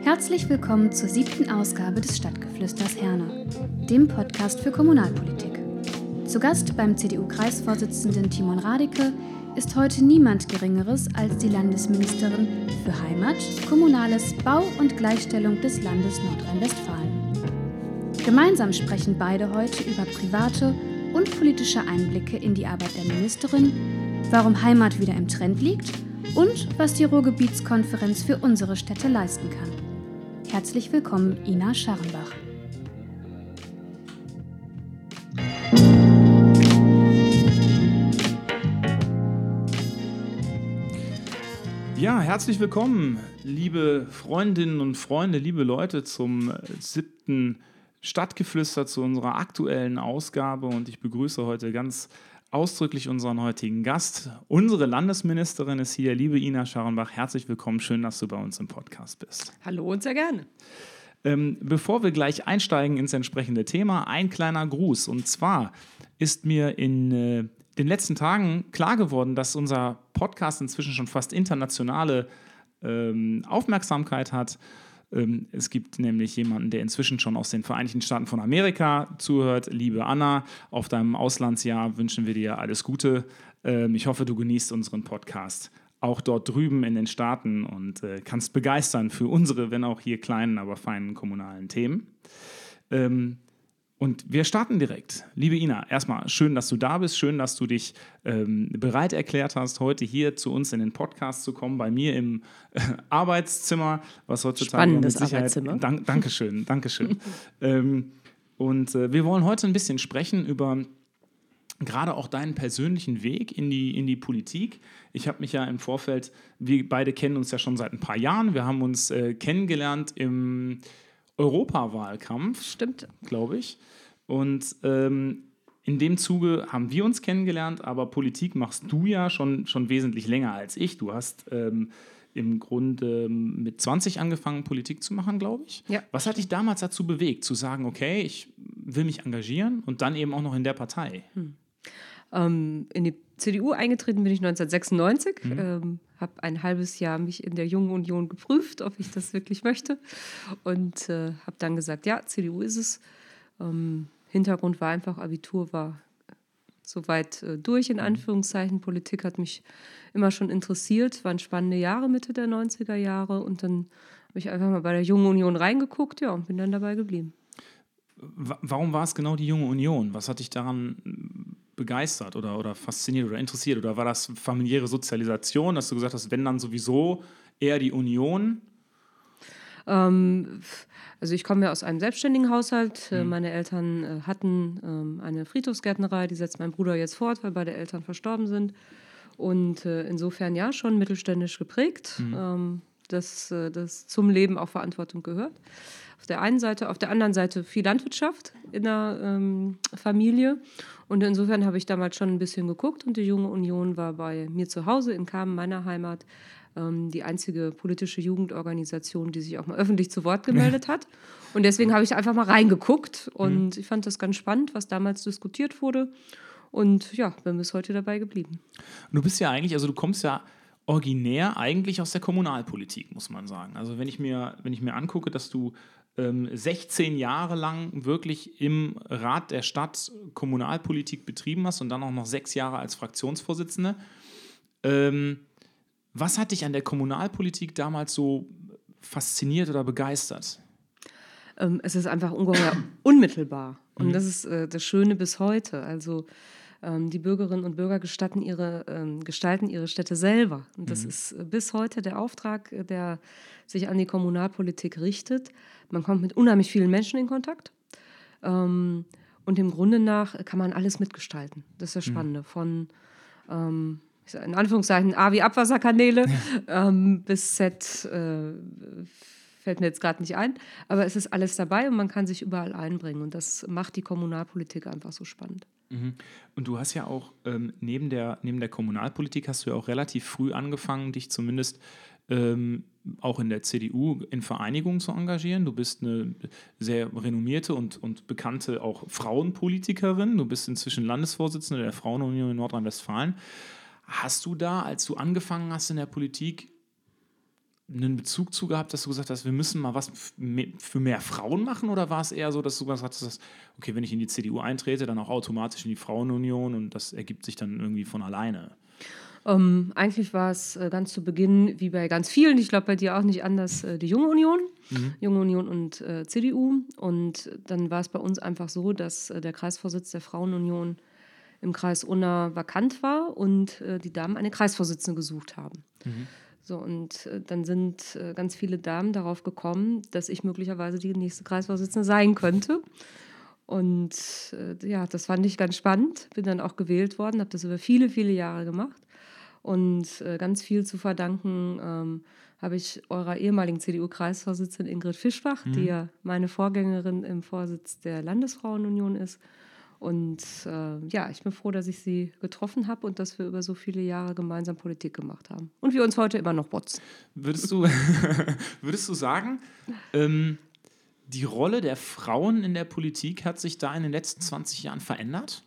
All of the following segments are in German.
Herzlich willkommen zur 7. Ausgabe des Stadtgeflüsters Herne, dem Podcast für Kommunalpolitik. Zu Gast beim CDU-Kreisvorsitzenden Timon Radeke ist heute niemand Geringeres als die Landesministerin für Heimat, Kommunales, Bau und Gleichstellung des Landes Nordrhein-Westfalen. Gemeinsam sprechen beide heute über private und politische Einblicke in die Arbeit der Ministerin, warum Heimat wieder im Trend liegt und was die Ruhrgebietskonferenz für unsere Städte leisten kann. Herzlich willkommen, Ina Scharrenbach. Ja, herzlich willkommen, liebe Freundinnen und Freunde, liebe Leute, zum 7. Stadtgeflüster, zu unserer aktuellen Ausgabe. Und ich begrüße heute ganz ausdrücklich unseren heutigen Gast. Unsere Landesministerin ist hier, liebe Ina Scharrenbach. Herzlich willkommen, schön, dass du bei uns im Podcast bist. Hallo und sehr gerne. Bevor wir gleich einsteigen ins entsprechende Thema, ein kleiner Gruß. Und zwar ist mir in den letzten Tagen klar geworden, dass unser Podcast inzwischen schon fast internationale Aufmerksamkeit hat. Es gibt nämlich jemanden, der inzwischen schon aus den Vereinigten Staaten von Amerika zuhört. Liebe Anna, auf deinem Auslandsjahr wünschen wir dir alles Gute. Ich hoffe, du genießt unseren Podcast auch dort drüben in den Staaten und kannst begeistern für unsere, wenn auch hier kleinen, aber feinen kommunalen Themen. Und wir starten direkt. Liebe Ina, erstmal schön, dass du da bist, schön, dass du dich bereit erklärt hast, heute hier zu uns in den Podcast zu kommen, bei mir im Arbeitszimmer, was heutzutage spannendes mit Sicherheit... Arbeitszimmer. Dankeschön. Wir wollen heute ein bisschen sprechen über gerade auch deinen persönlichen Weg in die Politik. Ich habe mich ja im Vorfeld, wir beide kennen uns ja schon seit ein paar Jahren, wir haben uns kennengelernt im Europawahlkampf, stimmt, glaube ich. Und in dem Zuge haben wir uns kennengelernt, aber Politik machst du ja schon wesentlich länger als ich. Du hast im Grunde mit 20 angefangen, Politik zu machen, glaube ich. Ja. Was hat dich damals dazu bewegt, zu sagen, okay, ich will mich engagieren und dann eben auch noch in der Partei? In die CDU eingetreten bin ich 1996, habe ein halbes Jahr mich in der Jungen Union geprüft, ob ich das wirklich möchte und habe dann gesagt, ja, CDU ist es. Hintergrund war einfach, Abitur war soweit durch, in Anführungszeichen. Politik hat mich immer schon interessiert, waren spannende Jahre, Mitte der 90er Jahre und dann habe ich einfach mal bei der Jungen Union reingeguckt, ja, und bin dann dabei geblieben. Warum war es genau die Junge Union? Was hat dich daran begeistert oder fasziniert oder interessiert? Oder war das familiäre Sozialisation, dass du gesagt hast, wenn dann sowieso eher die Union? Also ich komme ja aus einem selbstständigen Haushalt. Meine Eltern hatten eine Friedhofsgärtnerei, die setzt mein Bruder jetzt fort, weil beide Eltern verstorben sind. Und insofern ja, schon mittelständisch geprägt, dass zum Leben auch Verantwortung gehört. Auf der einen Seite, auf der anderen Seite viel Landwirtschaft in der Familie. Und insofern habe ich damals schon ein bisschen geguckt und die Junge Union war bei mir zu Hause in Kamen, meiner Heimat, die einzige politische Jugendorganisation, die sich auch mal öffentlich zu Wort gemeldet hat. Und deswegen habe ich einfach mal reingeguckt und ich fand das ganz spannend, was damals diskutiert wurde. Und ja, bin bis heute dabei geblieben. Du bist ja eigentlich, also du kommst ja originär eigentlich aus der Kommunalpolitik, muss man sagen. Also wenn ich mir angucke, dass du 16 Jahre lang wirklich im Rat der Stadt Kommunalpolitik betrieben hast und dann auch noch 6 Jahre als Fraktionsvorsitzende. Was hat dich an der Kommunalpolitik damals so fasziniert oder begeistert? Es ist einfach ungeheuer unmittelbar und das ist das Schöne bis heute. Also die Bürgerinnen und Bürger gestalten ihre Städte selber. Und das ist bis heute der Auftrag, der sich an die Kommunalpolitik richtet. Man kommt mit unheimlich vielen Menschen in Kontakt. Und im Grunde nach kann man alles mitgestalten. Das ist das Spannende. Von, in Anführungszeichen, A wie Abwasserkanäle bis Z fällt mir jetzt gerade nicht ein. Aber es ist alles dabei und man kann sich überall einbringen. Und das macht die Kommunalpolitik einfach so spannend. Und du hast ja auch neben der Kommunalpolitik hast du ja auch relativ früh angefangen, dich zumindest auch in der CDU in Vereinigungen zu engagieren. Du bist eine sehr renommierte und bekannte auch Frauenpolitikerin. Du bist inzwischen Landesvorsitzende der Frauenunion in Nordrhein-Westfalen. Hast du da, als du angefangen hast in der Politik, einen Bezug zu gehabt, dass du gesagt hast, wir müssen mal was für mehr Frauen machen? Oder war es eher so, dass du gesagt hast, okay, wenn ich in die CDU eintrete, dann auch automatisch in die Frauenunion und das ergibt sich dann irgendwie von alleine? Eigentlich war es ganz zu Beginn, wie bei ganz vielen, ich glaube bei dir auch nicht anders, die Junge Union. Junge Union und CDU. Und dann war es bei uns einfach so, dass der Kreisvorsitz der Frauenunion im Kreis Unna vakant war und die Damen eine Kreisvorsitzende gesucht haben. So, und dann sind ganz viele Damen darauf gekommen, dass ich möglicherweise die nächste Kreisvorsitzende sein könnte. Und ja, das fand ich ganz spannend. Bin dann auch gewählt worden, habe das über viele, viele Jahre gemacht. Und ganz viel zu verdanken habe ich eurer ehemaligen CDU-Kreisvorsitzenden Ingrid Fischbach, die ja meine Vorgängerin im Vorsitz der Landesfrauenunion ist. Und ja, ich bin froh, dass ich sie getroffen habe und dass wir über so viele Jahre gemeinsam Politik gemacht haben. Und wir uns heute immer noch botzen. Würdest du sagen, die Rolle der Frauen in der Politik hat sich da in den letzten 20 Jahren verändert?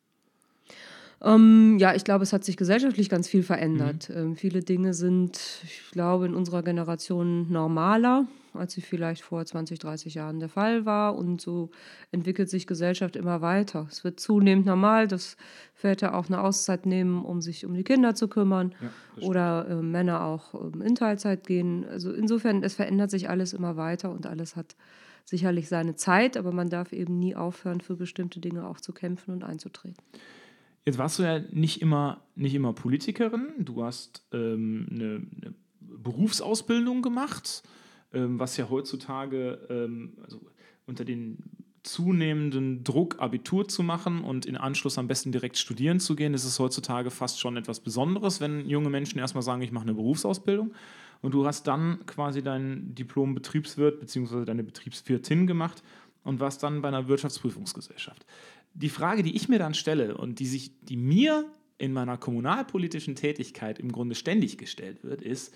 Ja, ich glaube, es hat sich gesellschaftlich ganz viel verändert. Viele Dinge sind, ich glaube, in unserer Generation normaler, als sie vielleicht vor 20, 30 Jahren der Fall war. Und so entwickelt sich Gesellschaft immer weiter. Es wird zunehmend normal, dass Väter auch eine Auszeit nehmen, um sich um die Kinder zu kümmern. Ja, oder Männer auch in Teilzeit gehen. Also insofern, es verändert sich alles immer weiter und alles hat sicherlich seine Zeit. Aber man darf eben nie aufhören, für bestimmte Dinge auch zu kämpfen und einzutreten. Jetzt warst du ja nicht immer Politikerin. Du hast eine Berufsausbildung gemacht, was ja heutzutage also unter den zunehmenden Druck, Abitur zu machen und in Anschluss am besten direkt studieren zu gehen, ist es heutzutage fast schon etwas Besonderes, wenn junge Menschen erstmal sagen, ich mache eine Berufsausbildung. Und du hast dann quasi dein Diplom Betriebswirt bzw. deine Betriebswirtin gemacht und warst dann bei einer Wirtschaftsprüfungsgesellschaft. Die Frage, die ich mir dann stelle und die mir in meiner kommunalpolitischen Tätigkeit im Grunde ständig gestellt wird, ist,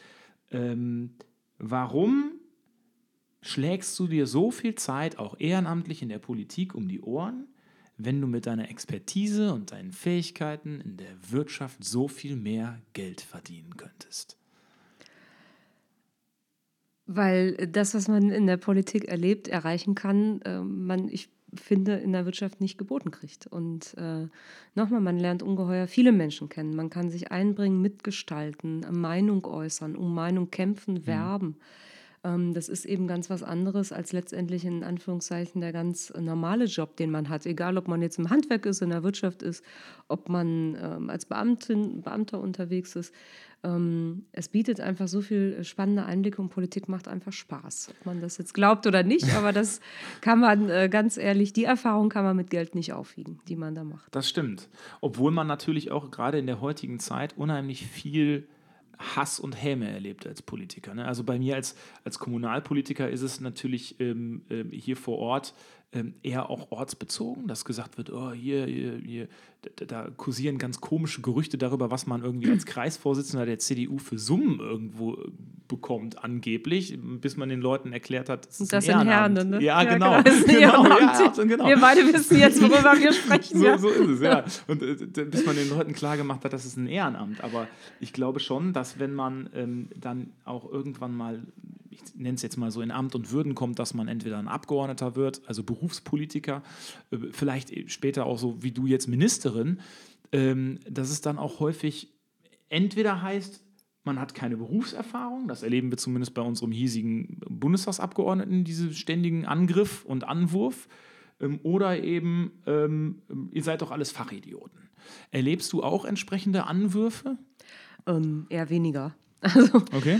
warum schlägst du dir so viel Zeit, auch ehrenamtlich in der Politik, um die Ohren, wenn du mit deiner Expertise und deinen Fähigkeiten in der Wirtschaft so viel mehr Geld verdienen könntest? Weil das, was man in der Politik erlebt, erreichen kann, ich finde, in der Wirtschaft nicht geboten kriegt. Und nochmal, man lernt ungeheuer viele Menschen kennen. Man kann sich einbringen, mitgestalten, Meinung äußern, um Meinung kämpfen, werben. Das ist eben ganz was anderes als letztendlich in Anführungszeichen der ganz normale Job, den man hat. Egal, ob man jetzt im Handwerk ist, in der Wirtschaft ist, ob man als Beamter unterwegs ist. Es bietet einfach so viel spannende Einblicke und Politik macht einfach Spaß. Ob man das jetzt glaubt oder nicht, aber das kann man ganz ehrlich, die Erfahrung kann man mit Geld nicht aufwiegen, die man da macht. Das stimmt. Obwohl man natürlich auch gerade in der heutigen Zeit unheimlich viel Hass und Häme erlebt als Politiker. Ne? Also bei mir als Kommunalpolitiker ist es natürlich hier vor Ort eher auch ortsbezogen, dass gesagt wird, oh, hier, da kursieren ganz komische Gerüchte darüber, was man irgendwie als Kreisvorsitzender der CDU für Summen irgendwo bekommt, angeblich, bis man den Leuten erklärt hat, das ist ein Herne, ne? Ja, genau. Genau. Wir beide wissen jetzt, worüber wir sprechen. So ist es, ja. Und bis man den Leuten klargemacht hat, das ist ein Ehrenamt. Aber ich glaube schon, dass wenn man dann auch irgendwann mal, ich nenne es jetzt mal so, in Amt und Würden kommt, dass man entweder ein Abgeordneter wird, also Berufspolitiker, vielleicht später auch so wie du jetzt Ministerin, dass es dann auch häufig entweder heißt, man hat keine Berufserfahrung, das erleben wir zumindest bei unserem hiesigen Bundestagsabgeordneten, diesen ständigen Angriff und Anwurf, oder eben, ihr seid doch alles Fachidioten. Erlebst du auch entsprechende Anwürfe? Eher weniger. Also, okay.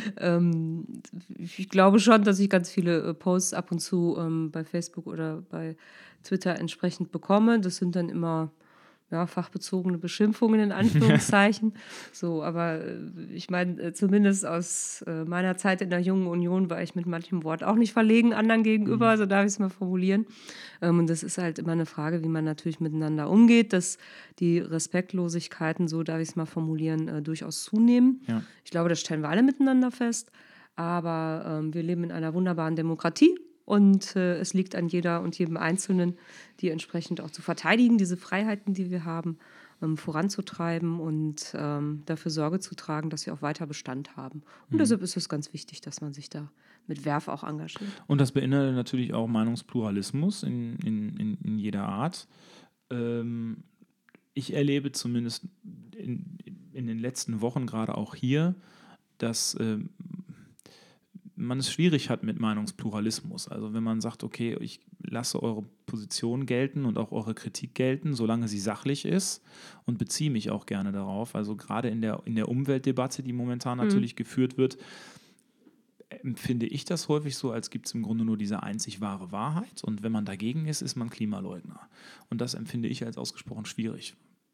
Ich glaube schon, dass ich ganz viele Posts ab und zu bei Facebook oder bei Twitter entsprechend bekomme. Das sind dann immer fachbezogene Beschimpfungen in Anführungszeichen. So, aber ich meine, zumindest aus meiner Zeit in der Jungen Union war ich mit manchem Wort auch nicht verlegen anderen gegenüber, so darf ich es mal formulieren. Und das ist halt immer eine Frage, wie man natürlich miteinander umgeht, dass die Respektlosigkeiten, so darf ich es mal formulieren, durchaus zunehmen. Ja. Ich glaube, das stellen wir alle miteinander fest. Aber wir leben in einer wunderbaren Demokratie. Und es liegt an jeder und jedem Einzelnen, die entsprechend auch zu verteidigen, diese Freiheiten, die wir haben. voranzutreiben und dafür Sorge zu tragen, dass sie auch weiter Bestand haben. Und deshalb ist es ganz wichtig, dass man sich da mit Verve auch engagiert. Und das beinhaltet natürlich auch Meinungspluralismus in jeder Art. Ich erlebe zumindest in den letzten Wochen, gerade auch hier, dass man es schwierig hat mit Meinungspluralismus. Also wenn man sagt, okay, ich lasse eure Position gelten und auch eure Kritik gelten, solange sie sachlich ist, und beziehe mich auch gerne darauf. Also gerade in der Umweltdebatte, die momentan natürlich geführt wird, empfinde ich das häufig so, als gibt es im Grunde nur diese einzig wahre Wahrheit, und wenn man dagegen ist, ist man Klimaleugner. Und das empfinde ich als ausgesprochen schwierig.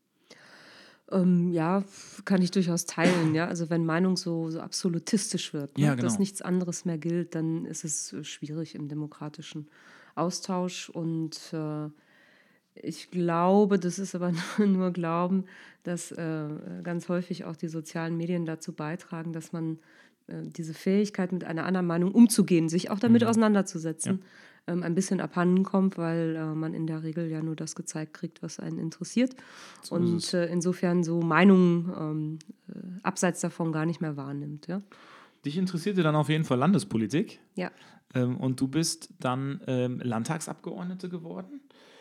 Ja, kann ich durchaus teilen. Ja? Also wenn Meinung so absolutistisch wird, ne? Ja, genau. Dass nichts anderes mehr gilt, dann ist es schwierig im demokratischen Austausch. Und ich glaube, das ist aber nur Glauben, dass ganz häufig auch die sozialen Medien dazu beitragen, dass man diese Fähigkeit, mit einer anderen Meinung umzugehen, sich auch damit auseinanderzusetzen, ein bisschen abhanden kommt, weil man in der Regel ja nur das gezeigt kriegt, was einen interessiert. So und insofern so Meinungen abseits davon gar nicht mehr wahrnimmt. Ja? Dich interessierte dann auf jeden Fall Landespolitik. Ja. Und du bist dann Landtagsabgeordnete geworden.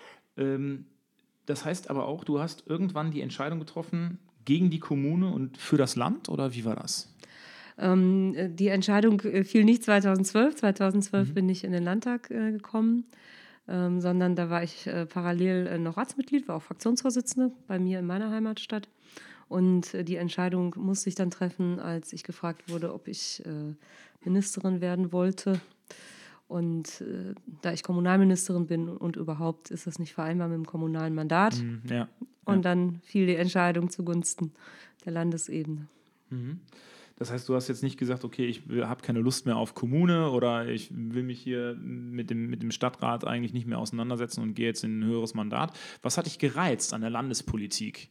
Das heißt aber auch, du hast irgendwann die Entscheidung getroffen gegen die Kommune und für das Land, oder wie war das? Die Entscheidung fiel nicht 2012. 2012 bin ich in den Landtag gekommen, sondern da war ich parallel noch Ratsmitglied, war auch Fraktionsvorsitzende bei mir in meiner Heimatstadt. Und die Entscheidung musste ich dann treffen, als ich gefragt wurde, ob ich Ministerin werden wollte. Und da ich Kommunalministerin bin und überhaupt ist das nicht vereinbar mit dem kommunalen Mandat. Ja. Und dann fiel die Entscheidung zugunsten der Landesebene. Das heißt, du hast jetzt nicht gesagt, okay, ich habe keine Lust mehr auf Kommune oder ich will mich hier mit dem Stadtrat eigentlich nicht mehr auseinandersetzen und gehe jetzt in ein höheres Mandat. Was hat dich gereizt an der Landespolitik?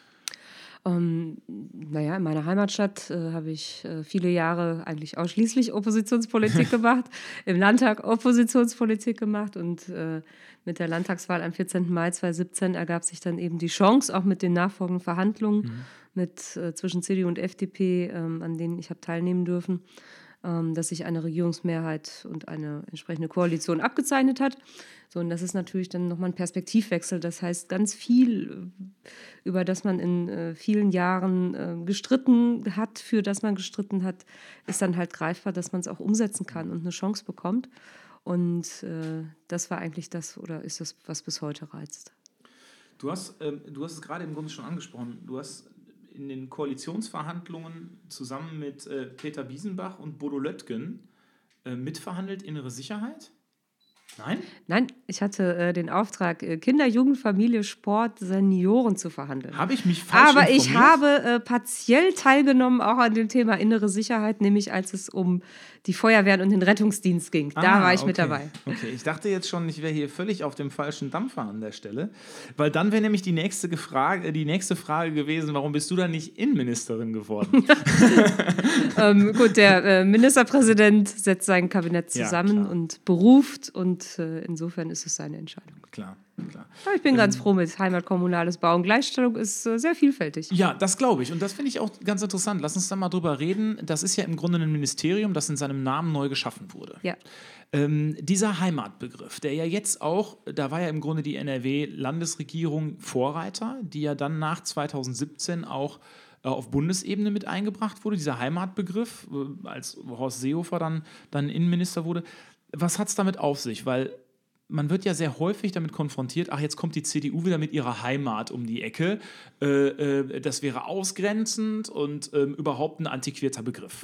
Naja, in meiner Heimatstadt habe ich viele Jahre eigentlich ausschließlich Oppositionspolitik gemacht, im Landtag Oppositionspolitik gemacht und mit der Landtagswahl am 14. Mai 2017 ergab sich dann eben die Chance, auch mit den nachfolgenden Verhandlungen zwischen CDU und FDP, an denen ich habe teilnehmen dürfen, dass sich eine Regierungsmehrheit und eine entsprechende Koalition abgezeichnet hat. So, und das ist natürlich dann nochmal ein Perspektivwechsel. Das heißt, ganz viel, über das man in vielen Jahren gestritten hat, für das man gestritten hat, ist dann halt greifbar, dass man es auch umsetzen kann und eine Chance bekommt. Und das war eigentlich das, oder ist das, was bis heute reizt. Du hast es gerade im Grunde schon angesprochen. Du hast in den Koalitionsverhandlungen zusammen mit Peter Biesenbach und Bodo Löttgen mitverhandelt, innere Sicherheit? Nein? Nein, ich hatte den Auftrag, Kinder, Jugend, Familie, Sport, Senioren zu verhandeln. Habe ich mich falsch Aber informiert? ich habe partiell teilgenommen, auch an dem Thema innere Sicherheit, nämlich als es um die Feuerwehren und den Rettungsdienst ging. Da war ich mit dabei. Okay, ich dachte jetzt schon, ich wäre hier völlig auf dem falschen Dampfer an der Stelle, weil dann wäre nämlich die nächste Frage gewesen, warum bist du dann nicht Innenministerin geworden? Gut, der Ministerpräsident setzt sein Kabinett zusammen und beruft und insofern ist es seine Entscheidung. Klar. Aber ich bin ganz froh mit Heimat, kommunales Bauen. Gleichstellung ist sehr vielfältig. Ja, das glaube ich. Und das finde ich auch ganz interessant. Lass uns da mal drüber reden. Das ist ja im Grunde ein Ministerium, das in seinem Namen neu geschaffen wurde. Ja. Dieser Heimatbegriff, der ja jetzt auch, da war ja im Grunde die NRW-Landesregierung Vorreiter, die ja dann nach 2017 auch auf Bundesebene mit eingebracht wurde, dieser Heimatbegriff, als Horst Seehofer dann Innenminister wurde. Was hat es damit auf sich? Weil man wird ja sehr häufig damit konfrontiert, ach, jetzt kommt die CDU wieder mit ihrer Heimat um die Ecke. Das wäre ausgrenzend und überhaupt ein antiquierter Begriff.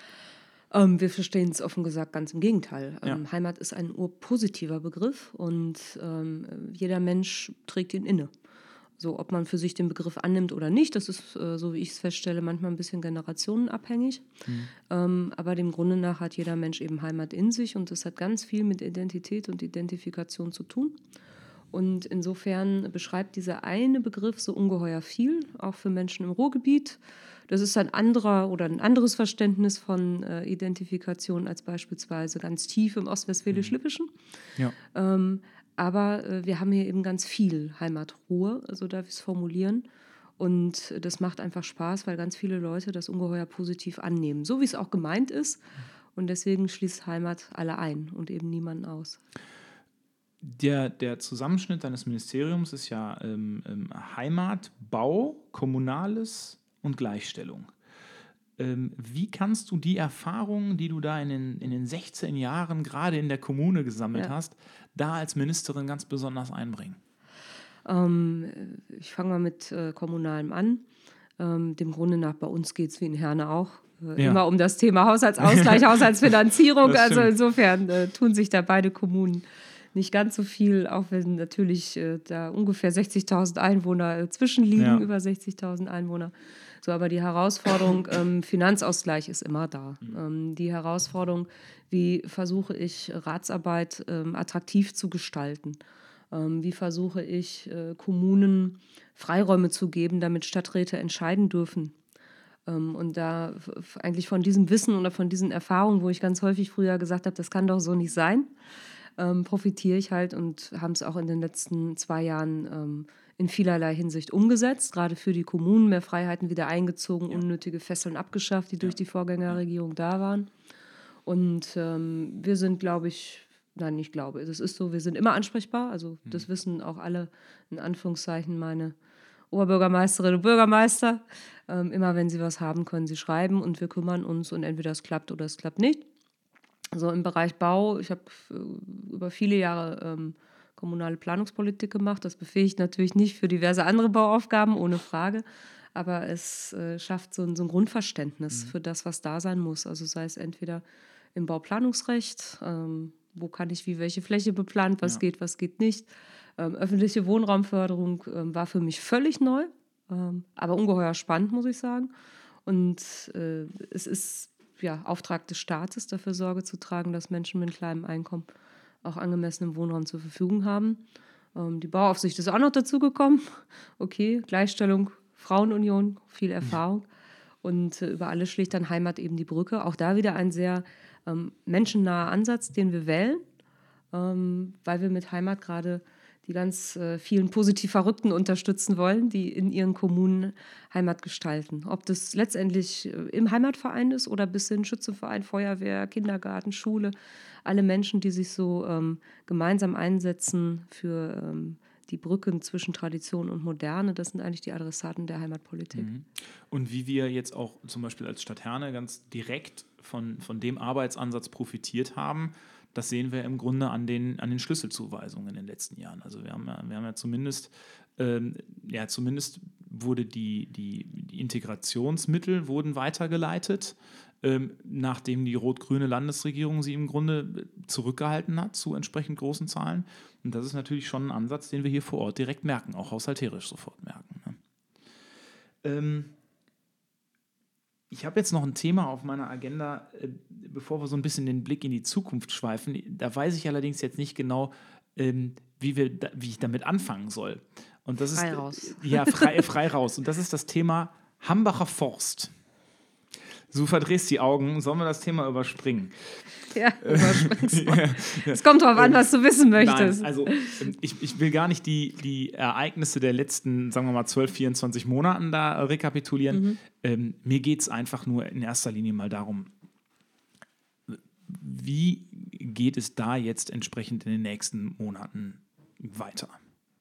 Wir verstehen es offen gesagt ganz im Gegenteil. Ja. Heimat ist ein urpositiver Begriff und jeder Mensch trägt ihn inne. So, ob man für sich den Begriff annimmt oder nicht, das ist, so wie ich es feststelle, manchmal ein bisschen generationenabhängig. Aber dem Grunde nach hat jeder Mensch eben Heimat in sich und das hat ganz viel mit Identität und Identifikation zu tun. Und insofern beschreibt dieser eine Begriff so ungeheuer viel, auch für Menschen im Ruhrgebiet. Das ist ein anderes Verständnis von Identifikation als beispielsweise ganz tief im Ostwestfälisch-Lippischen. Ja. Aber wir haben hier eben ganz viel Heimatruhe, so darf ich es formulieren. Und das macht einfach Spaß, weil ganz viele Leute das ungeheuer positiv annehmen. So wie es auch gemeint ist. Und deswegen schließt Heimat alle ein und eben niemanden aus. Der Zusammenschnitt deines Ministeriums ist ja Heimat, Bau, Kommunales und Gleichstellung. Wie kannst du die Erfahrungen, die du da in den 16 Jahren gerade in der Kommune gesammelt hast, da als Ministerin ganz besonders einbringen? Ich fange mal mit Kommunalem an. Dem Grunde nach, bei uns geht es wie in Herne auch immer um das Thema Haushaltsausgleich, Haushaltsfinanzierung. Also insofern tun sich da beide Kommunen nicht ganz so viel, auch wenn natürlich da ungefähr 60.000 Einwohner zwischenliegen, über 60.000 Einwohner. So, aber die Herausforderung Finanzausgleich ist immer da. Die Herausforderung, wie versuche ich Ratsarbeit attraktiv zu gestalten? Wie versuche ich Kommunen Freiräume zu geben, damit Stadträte entscheiden dürfen? Und da eigentlich von diesem Wissen oder von diesen Erfahrungen, wo ich ganz häufig früher gesagt habe, das kann doch so nicht sein, profitiere ich halt und haben es auch in den letzten 2 Jahren in vielerlei Hinsicht umgesetzt, gerade für die Kommunen, mehr Freiheiten wieder eingezogen, unnötige Fesseln abgeschafft, die durch die Vorgängerregierung da waren. Und wir sind, es ist so, wir sind immer ansprechbar, also das wissen auch alle, in Anführungszeichen, meine Oberbürgermeisterinnen und Bürgermeister. Immer wenn sie was haben, können sie schreiben und wir kümmern uns und entweder es klappt oder es klappt nicht. Also im Bereich Bau, ich habe über viele Jahre kommunale Planungspolitik gemacht. Das befähigt natürlich nicht für diverse andere Bauaufgaben, ohne Frage. Aber es schafft so ein Grundverständnis für das, was da sein muss. Also sei es entweder im Bauplanungsrecht, wo kann ich wie welche Fläche beplant, was geht nicht. Öffentliche Wohnraumförderung war für mich völlig neu, aber ungeheuer spannend, muss ich sagen. Und es ist Auftrag des Staates, dafür Sorge zu tragen, dass Menschen mit kleinem Einkommen auch angemessenen Wohnraum zur Verfügung haben. Die Bauaufsicht ist auch noch dazugekommen. Okay, Gleichstellung, Frauenunion, viel Erfahrung. Und über alles schlägt dann Heimat eben die Brücke. Auch da wieder ein sehr menschennaher Ansatz, den wir wählen, weil wir mit Heimat gerade die ganz vielen positiv Verrückten unterstützen wollen, die in ihren Kommunen Heimat gestalten. Ob das letztendlich im Heimatverein ist oder bis hin Schützenverein, Feuerwehr, Kindergarten, Schule, alle Menschen, die sich so gemeinsam einsetzen für die Brücken zwischen Tradition und Moderne, das sind eigentlich die Adressaten der Heimatpolitik. Und wie wir jetzt auch zum Beispiel als Stadt Herne ganz direkt von dem Arbeitsansatz profitiert haben, das sehen wir im Grunde an den Schlüsselzuweisungen in den letzten Jahren. Also wir haben ja zumindest wurde die Integrationsmittel wurden weitergeleitet, nachdem die rot-grüne Landesregierung sie im Grunde zurückgehalten hat zu entsprechend großen Zahlen. Und das ist natürlich schon ein Ansatz, den wir hier vor Ort direkt merken, auch haushalterisch sofort merken. Ne? Ich habe jetzt noch ein Thema auf meiner Agenda, bevor wir so ein bisschen den Blick in die Zukunft schweifen. Da weiß ich allerdings jetzt nicht genau, wie ich damit anfangen soll. Und das frei raus. Ja, frei raus. Und das ist das Thema Hambacher Forst. Du verdrehst die Augen. Sollen wir das Thema überspringen? Ja, überspringst du. Es kommt drauf an, was du wissen möchtest. Nein, also ich will gar nicht die Ereignisse der letzten, sagen wir mal, 12, 24 Monaten da rekapitulieren. Mir geht es einfach nur in erster Linie mal darum, wie geht es da jetzt entsprechend in den nächsten Monaten weiter?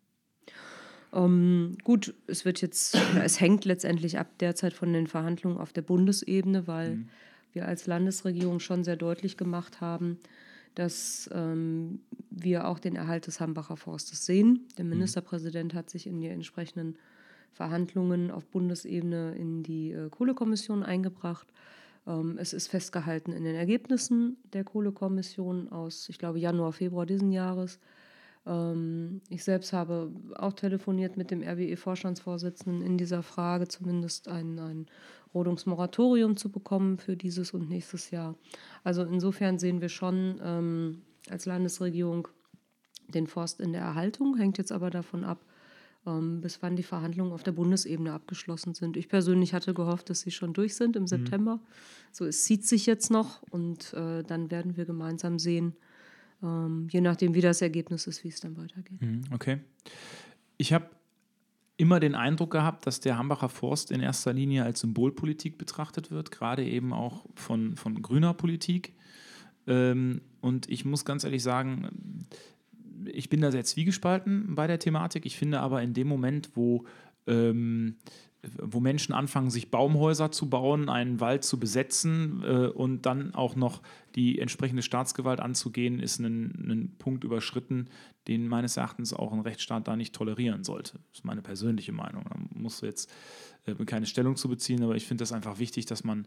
Gut, es hängt letztendlich ab derzeit von den Verhandlungen auf der Bundesebene, weil wir als Landesregierung schon sehr deutlich gemacht haben, dass wir auch den Erhalt des Hambacher Forstes sehen. Der Ministerpräsident hat sich in die entsprechenden Verhandlungen auf Bundesebene in die Kohlekommission eingebracht. Es ist festgehalten in den Ergebnissen der Kohlekommission aus, ich glaube, Januar, Februar diesen Jahres. Ich selbst habe auch telefoniert mit dem RWE-Vorstandsvorsitzenden in dieser Frage, zumindest ein Rodungsmoratorium zu bekommen für dieses und nächstes Jahr. Also insofern sehen wir schon als Landesregierung den Forst in der Erhaltung, hängt jetzt aber davon ab, bis wann die Verhandlungen auf der Bundesebene abgeschlossen sind. Ich persönlich hatte gehofft, dass sie schon durch sind im September. So, es zieht sich jetzt noch und dann werden wir gemeinsam sehen, je nachdem, wie das Ergebnis ist, wie es dann weitergeht. Okay. Ich habe immer den Eindruck gehabt, dass der Hambacher Forst in erster Linie als Symbolpolitik betrachtet wird, gerade eben auch von grüner Politik. Und ich muss ganz ehrlich sagen, ich bin da sehr zwiegespalten bei der Thematik. Ich finde aber in dem Moment, wo Menschen anfangen, sich Baumhäuser zu bauen, einen Wald zu besetzen und dann auch noch die entsprechende Staatsgewalt anzugehen, ist ein Punkt überschritten, den meines Erachtens auch ein Rechtsstaat da nicht tolerieren sollte. Das ist meine persönliche Meinung. Da musst du jetzt keine Stellung zu beziehen, aber ich finde das einfach wichtig, dass man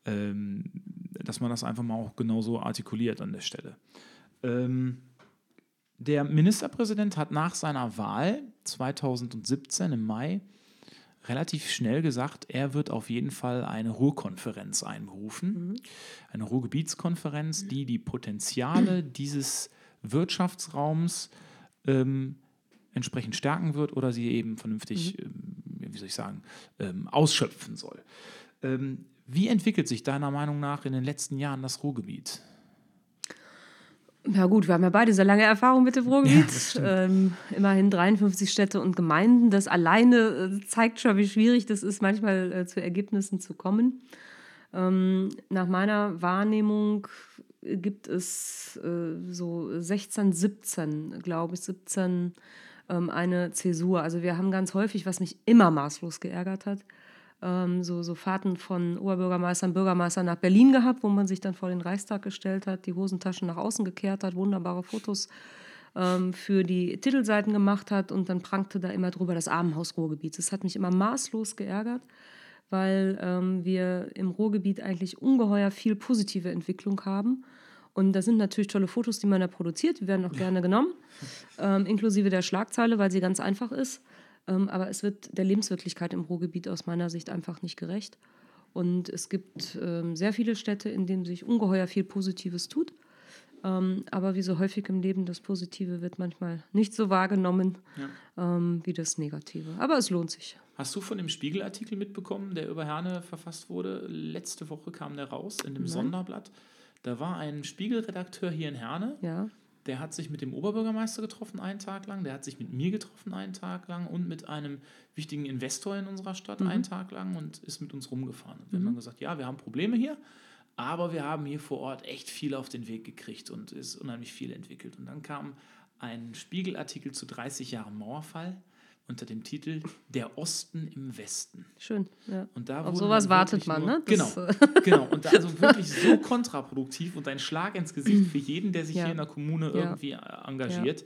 das einfach mal auch genauso artikuliert an der Stelle. Der Ministerpräsident hat nach seiner Wahl 2017 im Mai relativ schnell gesagt, er wird auf jeden Fall eine Ruhrkonferenz einberufen. Eine Ruhrgebietskonferenz, die Potenziale dieses Wirtschaftsraums entsprechend stärken wird oder sie eben vernünftig, ausschöpfen soll. Wie entwickelt sich deiner Meinung nach in den letzten Jahren das Ruhrgebiet? Ja gut, wir haben ja beide sehr lange Erfahrung mit dem Ruhrgebiet. Ja, immerhin 53 Städte und Gemeinden. Das alleine zeigt schon, wie schwierig das ist, manchmal zu Ergebnissen zu kommen. Nach meiner Wahrnehmung gibt es so 16, 17, glaube ich, 17 eine Zäsur. Also wir haben ganz häufig, was mich immer maßlos geärgert hat, so Fahrten von Oberbürgermeistern, Bürgermeistern nach Berlin gehabt, wo man sich dann vor den Reichstag gestellt hat, die Hosentaschen nach außen gekehrt hat, wunderbare Fotos für die Titelseiten gemacht hat und dann prangte da immer drüber das Armenhaus Ruhrgebiets. Das hat mich immer maßlos geärgert, weil wir im Ruhrgebiet eigentlich ungeheuer viel positive Entwicklung haben. Und das sind natürlich tolle Fotos, die man da produziert, die werden auch gerne genommen, inklusive der Schlagzeile, weil sie ganz einfach ist. Aber es wird der Lebenswirklichkeit im Ruhrgebiet aus meiner Sicht einfach nicht gerecht. Und es gibt sehr viele Städte, in denen sich ungeheuer viel Positives tut. Aber wie so häufig im Leben, das Positive wird manchmal nicht so wahrgenommen wie das Negative. Aber es lohnt sich. Hast du von dem Spiegelartikel mitbekommen, der über Herne verfasst wurde? Letzte Woche kam der raus in dem Sonderblatt. Da war ein Spiegelredakteur hier in Herne. Ja. Der hat sich mit dem Oberbürgermeister getroffen einen Tag lang, der hat sich mit mir getroffen einen Tag lang und mit einem wichtigen Investor in unserer Stadt einen Tag lang und ist mit uns rumgefahren. Und wir haben dann gesagt, ja, wir haben Probleme hier, aber wir haben hier vor Ort echt viel auf den Weg gekriegt und ist unheimlich viel entwickelt. Und dann kam ein Spiegelartikel zu 30 Jahren Mauerfall unter dem Titel Der Osten im Westen. Schön, ja. Und da auf sowas wartet man, ne? Genau. Und also wirklich so kontraproduktiv und ein Schlag ins Gesicht für jeden, der sich hier in der Kommune irgendwie engagiert.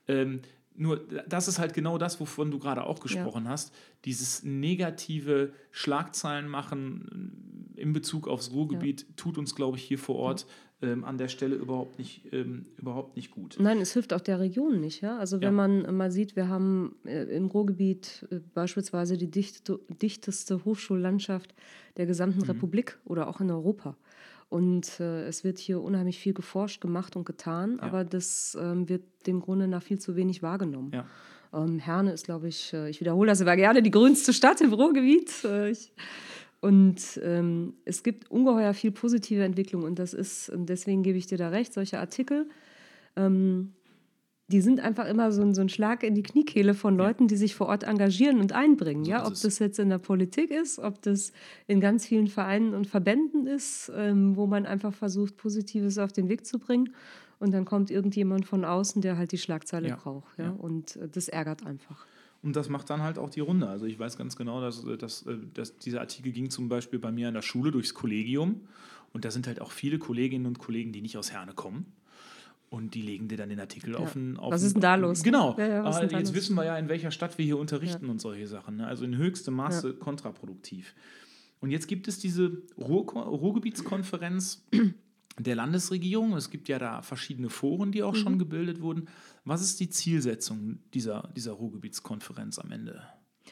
Nur das ist halt genau das, wovon du gerade auch gesprochen hast. Dieses negative Schlagzeilen machen in Bezug aufs Ruhrgebiet tut uns, glaube ich, hier vor Ort an der Stelle überhaupt nicht gut. Nein, es hilft auch der Region nicht. Ja? Also wenn man mal sieht, wir haben im Ruhrgebiet beispielsweise die dichteste Hochschullandschaft der gesamten Republik oder auch in Europa. Und es wird hier unheimlich viel geforscht, gemacht und getan, aber das wird dem Grunde nach viel zu wenig wahrgenommen. Ja. Herne ist, glaube ich, ich wiederhole das aber gerne, die grünste Stadt im Ruhrgebiet. Es gibt ungeheuer viel positive Entwicklung und deswegen gebe ich dir da recht, solche Artikel, die sind einfach immer so ein Schlag in die Kniekehle von Leuten, die sich vor Ort engagieren und einbringen. So ob das jetzt in der Politik ist, ob das in ganz vielen Vereinen und Verbänden ist, wo man einfach versucht, Positives auf den Weg zu bringen. Und dann kommt irgendjemand von außen, der halt die Schlagzeile braucht. Ja? Und das ärgert einfach. Und das macht dann halt auch die Runde. Also ich weiß ganz genau, dass dieser Artikel ging zum Beispiel bei mir an der Schule durchs Kollegium. Und da sind halt auch viele Kolleginnen und Kollegen, die nicht aus Herne kommen. Und die legen dir dann den Artikel auf was ist denn da los? Genau. Aber jetzt wissen wir ja, in welcher Stadt wir hier unterrichten und solche Sachen. Ne? Also in höchstem Maße kontraproduktiv. Und jetzt gibt es diese Ruhrgebietskonferenz der Landesregierung. Es gibt ja da verschiedene Foren, die auch schon gebildet wurden. Was ist die Zielsetzung dieser Ruhrgebietskonferenz am Ende?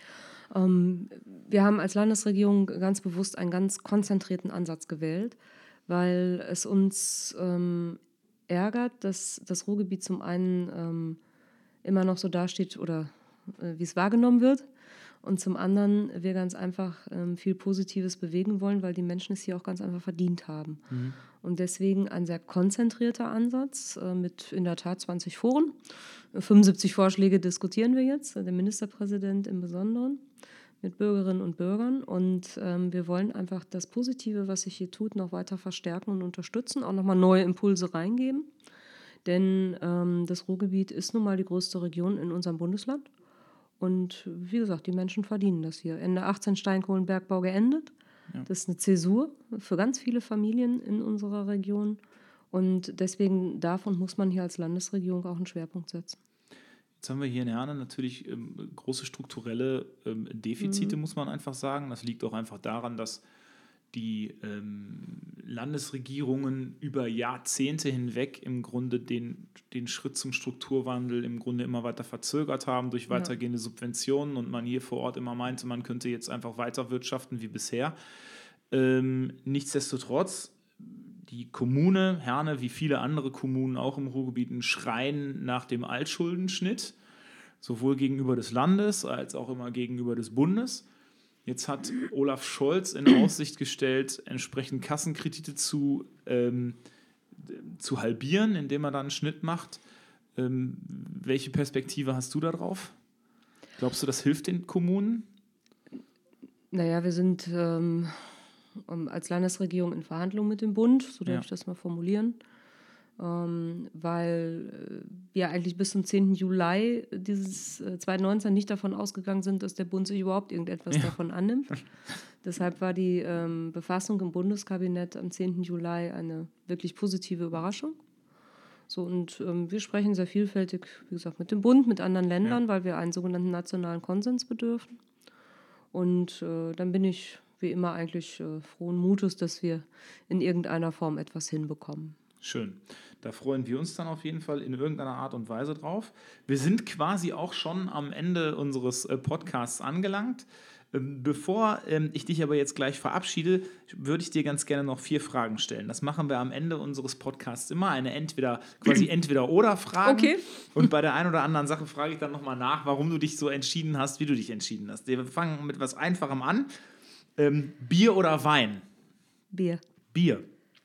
Wir haben als Landesregierung ganz bewusst einen ganz konzentrierten Ansatz gewählt, weil es uns ärgert, dass das Ruhrgebiet zum einen immer noch so dasteht oder wie es wahrgenommen wird Und zum anderen wir ganz einfach viel Positives bewegen wollen, weil die Menschen es hier auch ganz einfach verdient haben. Und deswegen ein sehr konzentrierter Ansatz mit in der Tat 20 Foren. 75 Vorschläge diskutieren wir jetzt, der Ministerpräsident im Besonderen, mit Bürgerinnen und Bürgern. Und wir wollen einfach das Positive, was sich hier tut, noch weiter verstärken und unterstützen, auch nochmal neue Impulse reingeben. Denn das Ruhrgebiet ist nun mal die größte Region in unserem Bundesland. Und wie gesagt, die Menschen verdienen das hier. Ende 18 Steinkohlenbergbau geendet. Ja. Das ist eine Zäsur für ganz viele Familien in unserer Region. Und deswegen darf und muss man hier als Landesregierung auch einen Schwerpunkt setzen. Jetzt haben wir hier in Herne natürlich große strukturelle Defizite, muss man einfach sagen. Das liegt auch einfach daran, dass die Landesregierungen über Jahrzehnte hinweg im Grunde den Schritt zum Strukturwandel im Grunde immer weiter verzögert haben durch weitergehende Subventionen und man hier vor Ort immer meinte, man könnte jetzt einfach weiter wirtschaften wie bisher. Nichtsdestotrotz, die Kommune Herne, wie viele andere Kommunen auch im Ruhrgebiet, schreien nach dem Altschuldenschnitt, sowohl gegenüber des Landes als auch immer gegenüber des Bundes. Jetzt hat Olaf Scholz in Aussicht gestellt, entsprechend Kassenkredite zu halbieren, indem er da einen Schnitt macht. Welche Perspektive hast du da drauf? Glaubst du, das hilft den Kommunen? Naja, wir sind als Landesregierung in Verhandlungen mit dem Bund, so darf ich das mal formulieren. Weil wir eigentlich bis zum 10. Juli dieses 2019 nicht davon ausgegangen sind, dass der Bund sich überhaupt irgendetwas davon annimmt. Deshalb war die Befassung im Bundeskabinett am 10. Juli eine wirklich positive Überraschung. So, und wir sprechen sehr vielfältig, wie gesagt, mit dem Bund, mit anderen Ländern, weil wir einen sogenannten nationalen Konsens bedürfen. Und dann bin ich wie immer eigentlich frohen Mutes, dass wir in irgendeiner Form etwas hinbekommen. Schön. Da freuen wir uns dann auf jeden Fall in irgendeiner Art und Weise drauf. Wir sind quasi auch schon am Ende unseres Podcasts angelangt. Bevor ich dich aber jetzt gleich verabschiede, würde ich dir ganz gerne noch 4 Fragen stellen. Das machen wir am Ende unseres Podcasts immer. Eine Entweder-oder-Frage. Okay. Und bei der einen oder anderen Sache frage ich dann nochmal nach, warum du dich so entschieden hast, wie du dich entschieden hast. Wir fangen mit was Einfachem an. Bier oder Wein? Bier. Bier.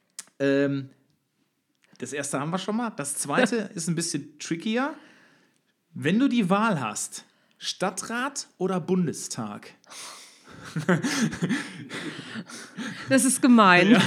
Das erste haben wir schon mal. Das zweite ist ein bisschen trickier. Wenn du die Wahl hast, Stadtrat oder Bundestag? Das ist gemein. Ja.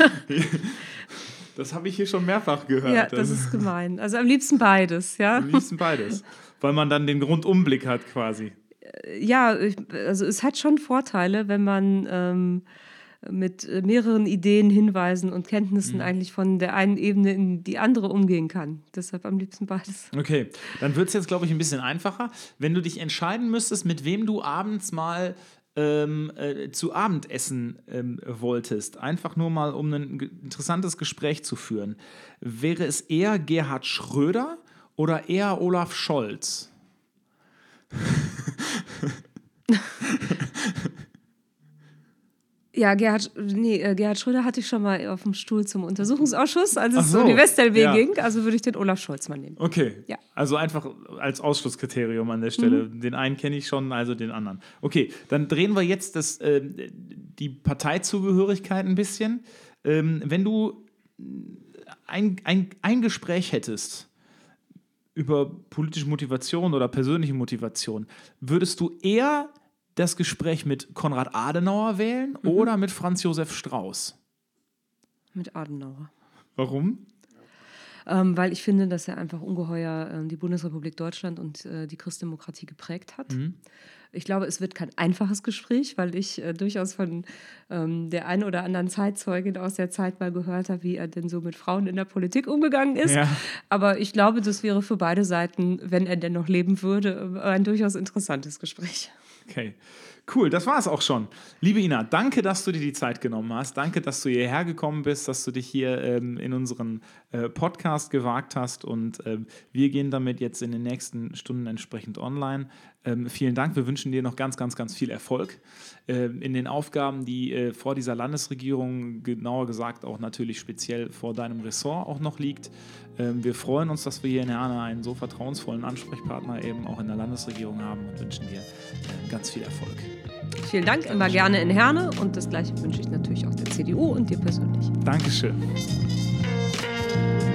Das habe ich hier schon mehrfach gehört. Ja, das ist gemein. Also am liebsten beides, ja. Am liebsten beides, weil man dann den Rundumblick hat quasi. Ja, also es hat schon Vorteile, wenn man mit mehreren Ideen, Hinweisen und Kenntnissen eigentlich von der einen Ebene in die andere umgehen kann. Deshalb am liebsten beides. Okay, dann wird es jetzt, glaube ich, ein bisschen einfacher. Wenn du dich entscheiden müsstest, mit wem du abends mal zu Abendessen wolltest, einfach nur mal, um ein interessantes Gespräch zu führen, wäre es eher Gerhard Schröder oder eher Olaf Scholz? Ja, Gerhard Schröder hatte ich schon mal auf dem Stuhl zum Untersuchungsausschuss, als es um die WestLB ging. Also würde ich den Olaf Scholz mal nehmen. Okay, ja. Also einfach als Ausschlusskriterium an der Stelle. Den einen kenne ich schon, also den anderen. Okay, dann drehen wir jetzt die Parteizugehörigkeit ein bisschen. Wenn du ein Gespräch hättest über politische Motivation oder persönliche Motivation, würdest du eher das Gespräch mit Konrad Adenauer wählen oder mit Franz Josef Strauß? Mit Adenauer. Warum? Weil ich finde, dass er einfach ungeheuer die Bundesrepublik Deutschland und die Christdemokratie geprägt hat. Ich glaube, es wird kein einfaches Gespräch, weil ich durchaus von der einen oder anderen Zeitzeugin aus der Zeit mal gehört habe, wie er denn so mit Frauen in der Politik umgegangen ist. Ja. Aber ich glaube, das wäre für beide Seiten, wenn er denn noch leben würde, ein durchaus interessantes Gespräch. Okay, cool, das war es auch schon. Liebe Ina, danke, dass du dir die Zeit genommen hast. Danke, dass du hierher gekommen bist, dass du dich hier in unseren Podcast gewagt hast. Und wir gehen damit jetzt in den nächsten Stunden entsprechend online. Vielen Dank. Wir wünschen dir noch ganz, ganz, ganz viel Erfolg in den Aufgaben, die vor dieser Landesregierung, genauer gesagt auch natürlich speziell vor deinem Ressort auch noch liegt. Wir freuen uns, dass wir hier in Herne einen so vertrauensvollen Ansprechpartner eben auch in der Landesregierung haben und wünschen dir ganz viel Erfolg. Vielen Dank, immer gerne in Herne und das Gleiche wünsche ich natürlich auch der CDU und dir persönlich. Dankeschön.